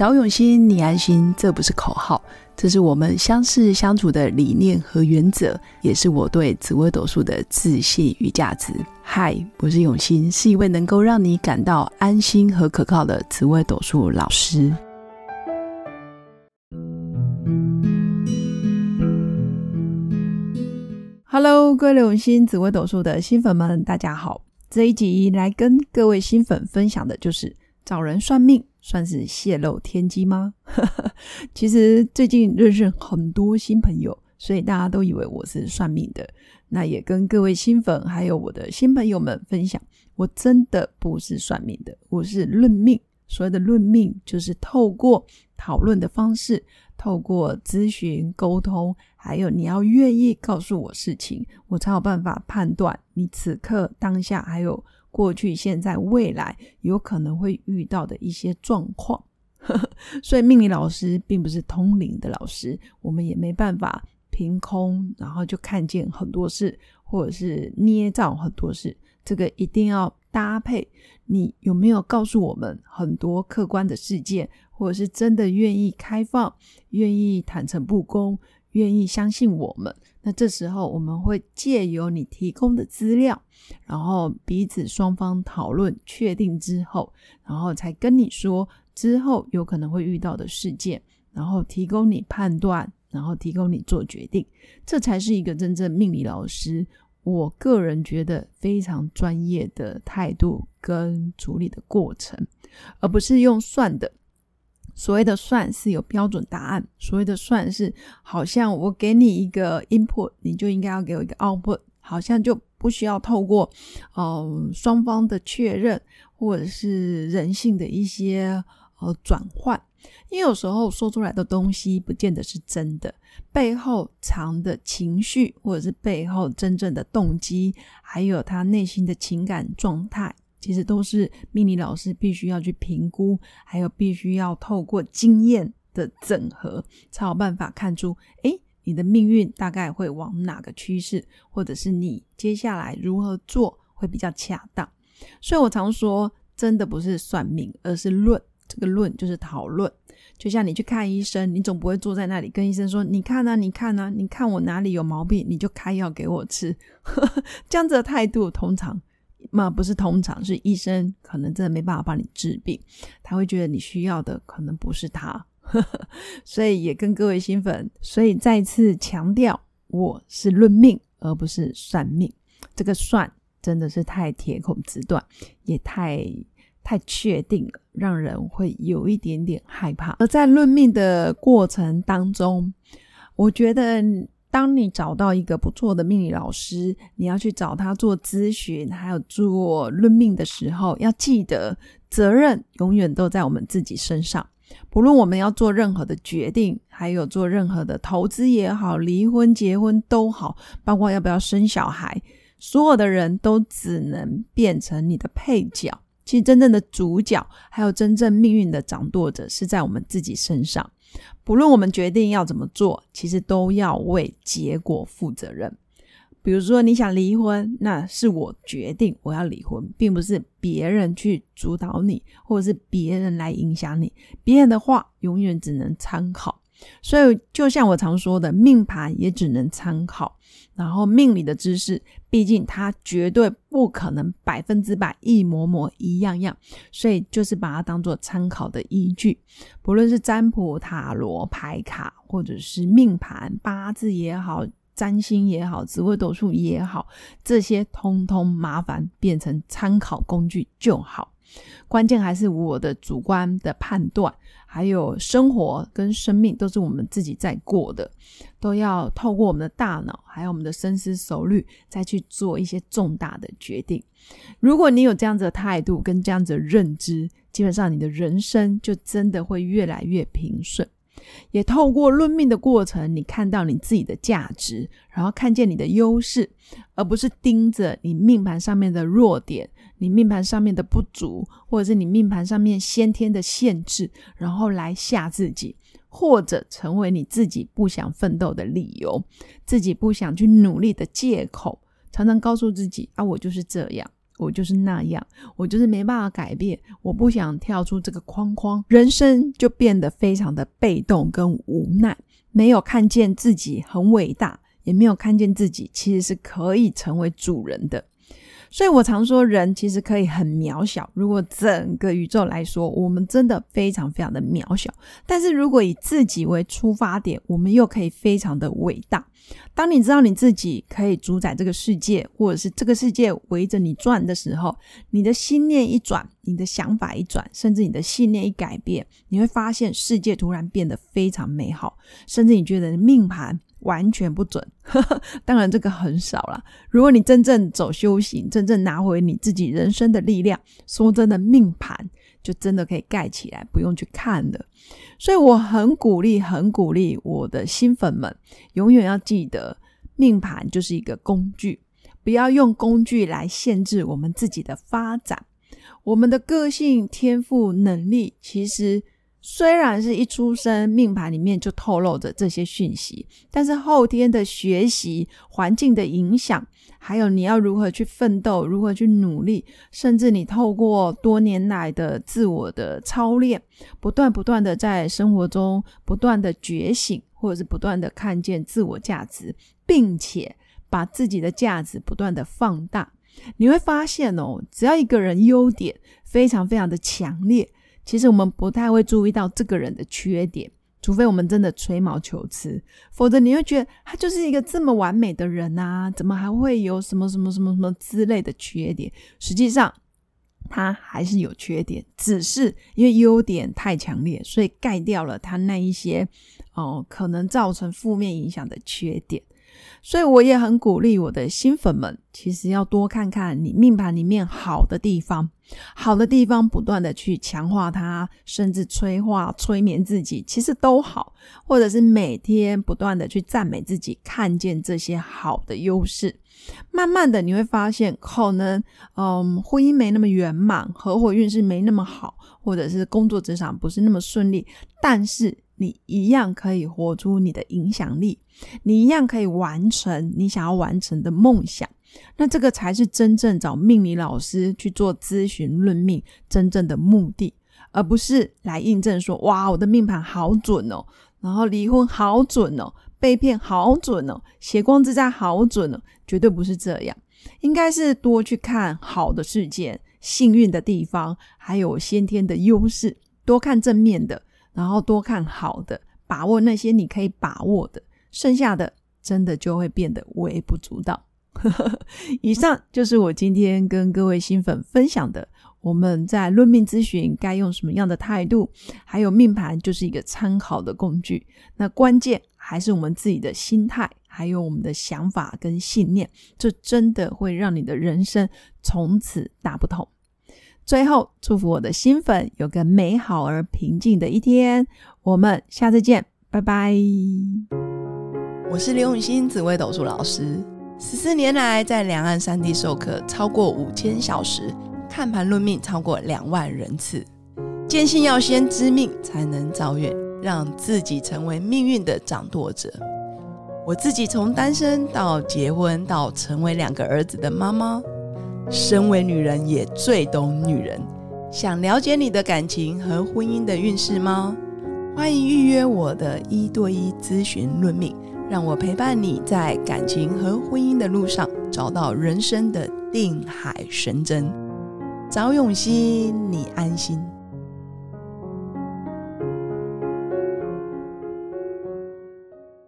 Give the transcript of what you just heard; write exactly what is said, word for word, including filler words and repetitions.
找永新，你安心，这不是口号，这是我们相识相处的理念和原则，也是我对紫微斗数的自信与价值。嗨，我是永新，是一位能够让你感到安心和可靠的紫微斗数老师。Hello， 各位永新紫微斗数的新粉们，大家好。这一集来跟各位新粉分享的就是找人算命算是泄露天机吗？其实最近认识很多新朋友，所以大家都以为我是算命的。那也跟各位新粉还有我的新朋友们分享，我真的不是算命的，我是论命。所谓的论命就是透过讨论的方式，透过咨询沟通，还有你要愿意告诉我事情，我才有办法判断你此刻当下还有过去现在未来有可能会遇到的一些状况。所以命理老师并不是通灵的老师，我们也没办法凭空然后就看见很多事，或者是捏造很多事，这个一定要搭配你有没有告诉我们很多客观的事件，或者是真的愿意开放，愿意坦诚不公，愿意相信我们。那这时候我们会借由你提供的资料，然后彼此双方讨论确定之后，然后才跟你说之后有可能会遇到的事件，然后提供你判断，然后提供你做决定。这才是一个真正命理老师我个人觉得非常专业的态度跟处理的过程，而不是用算的。所谓的算是有标准答案，所谓的算是好像我给你一个 input， 你就应该要给我一个 output， 好像就不需要透过呃双方的确认，或者是人性的一些呃转换。因为有时候说出来的东西不见得是真的，背后藏的情绪，或者是背后真正的动机，还有他内心的情感状态，其实都是命理老师必须要去评估，还有必须要透过经验的整合，才有办法看出诶你的命运大概会往哪个趋势，或者是你接下来如何做会比较恰当。所以我常说真的不是算命，而是论。这个论就是讨论，就像你去看医生，你总不会坐在那里跟医生说你看啊你看啊你看我哪里有毛病你就开药给我吃。这样子的态度通常嘛不是通常是医生可能真的没办法帮你治病，他会觉得你需要的可能不是他。所以也跟各位新粉所以再次强调，我是论命而不是算命。这个算真的是太铁口直断，也太太确定了，让人会有一点点害怕。而在论命的过程当中，我觉得当你找到一个不错的命理老师，你要去找他做咨询还有做论命的时候，要记得责任永远都在我们自己身上。不论我们要做任何的决定，还有做任何的投资也好，离婚结婚都好，包括要不要生小孩，所有的人都只能变成你的配角。其实真正的主角还有真正命运的掌舵者是在我们自己身上。不论我们决定要怎么做，其实都要为结果负责任。比如说你想离婚，那是我决定我要离婚，并不是别人去主导你，或者是别人来影响你。别人的话永远只能参考，所以就像我常说的，命盘也只能参考，然后命理的知识毕竟它绝对不可能百分之百一模模一样样，所以就是把它当作参考的依据。不论是占卜、塔罗、牌卡，或者是命盘、八字也好，占星也好，紫微斗数也好，这些通通麻烦变成参考工具就好。关键还是我的主观的判断，还有生活跟生命都是我们自己在过的，都要透过我们的大脑还有我们的深思熟虑再去做一些重大的决定。如果你有这样子的态度跟这样子的认知，基本上你的人生就真的会越来越平顺。也透过论命的过程，你看到你自己的价值，然后看见你的优势，而不是盯着你命盘上面的弱点，你命盘上面的不足，或者是你命盘上面先天的限制，然后来吓自己，或者成为你自己不想奋斗的理由，自己不想去努力的借口。常常告诉自己啊，我就是这样， 我就是那样，我就是没办法改变，我不想跳出这个框框，人生就变得非常的被动跟无奈，没有看见自己很伟大，也没有看见自己其实是可以成为主人的。所以我常说人其实可以很渺小，如果整个宇宙来说，我们真的非常非常的渺小，但是如果以自己为出发点，我们又可以非常的伟大。当你知道你自己可以主宰这个世界，或者是这个世界围着你转的时候，你的心念一转，你的想法一转，甚至你的信念一改变，你会发现世界突然变得非常美好，甚至你觉得命盘完全不准当然这个很少啦，如果你真正走修行，真正拿回你自己人生的力量，说真的命盘就真的可以盖起来，不用去看了。所以我很鼓励很鼓励我的新粉们永远要记得，命盘就是一个工具，不要用工具来限制我们自己的发展。我们的个性、天赋、能力其实虽然是一出生命盘里面就透露着这些讯息，但是后天的学习、环境的影响，还有你要如何去奋斗，如何去努力，甚至你透过多年来的自我的操练，不断不断的在生活中不断的觉醒，或者是不断的看见自我价值，并且把自己的价值不断的放大，你会发现哦，只要一个人优点非常非常的强烈，其实我们不太会注意到这个人的缺点，除非我们真的吹毛求疵，否则你会觉得他就是一个这么完美的人啊，怎么还会有什么什么什么什么之类的缺点。实际上他还是有缺点，只是因为优点太强烈，所以盖掉了他那一些哦，可能造成负面影响的缺点。所以我也很鼓励我的新粉们，其实要多看看你命盘里面好的地方，好的地方不断的去强化它，甚至催化催眠自己，其实都好，或者是每天不断的去赞美自己，看见这些好的优势，慢慢的你会发现可能嗯，婚姻没那么圆满，合伙运势没那么好，或者是工作职场不是那么顺利，但是你一样可以活出你的影响力，你一样可以完成你想要完成的梦想。那这个才是真正找命理老师去做咨询论命真正的目的，而不是来印证说哇我的命盘好准哦，然后离婚好准哦，被骗好准哦，血光之灾好准哦，绝对不是这样。应该是多去看好的事件、幸运的地方，还有先天的优势，多看正面的，然后多看好的，把握那些你可以把握的，剩下的真的就会变得微不足道以上就是我今天跟各位新粉分享的，我们在论命咨询该用什么样的态度，还有命盘就是一个参考的工具，那关键还是我们自己的心态，还有我们的想法跟信念，这真的会让你的人生从此大不同。最后祝福我的新粉有个美好而平静的一天，我们下次见，拜拜。 我是刘永新紫微斗数老师，十四年来在两岸三地授课超过五千小时，看盘论命超过两万人次，坚信要先知命才能造运，让自己成为命运的掌舵者。我自己从单身到结婚到成为两个儿子的妈妈，身为女人也最懂女人。想了解你的感情和婚姻的运势吗？欢迎预约我的一对一咨询论命，让我陪伴你在感情和婚姻的路上找到人生的定海神针。找永熙，你安心。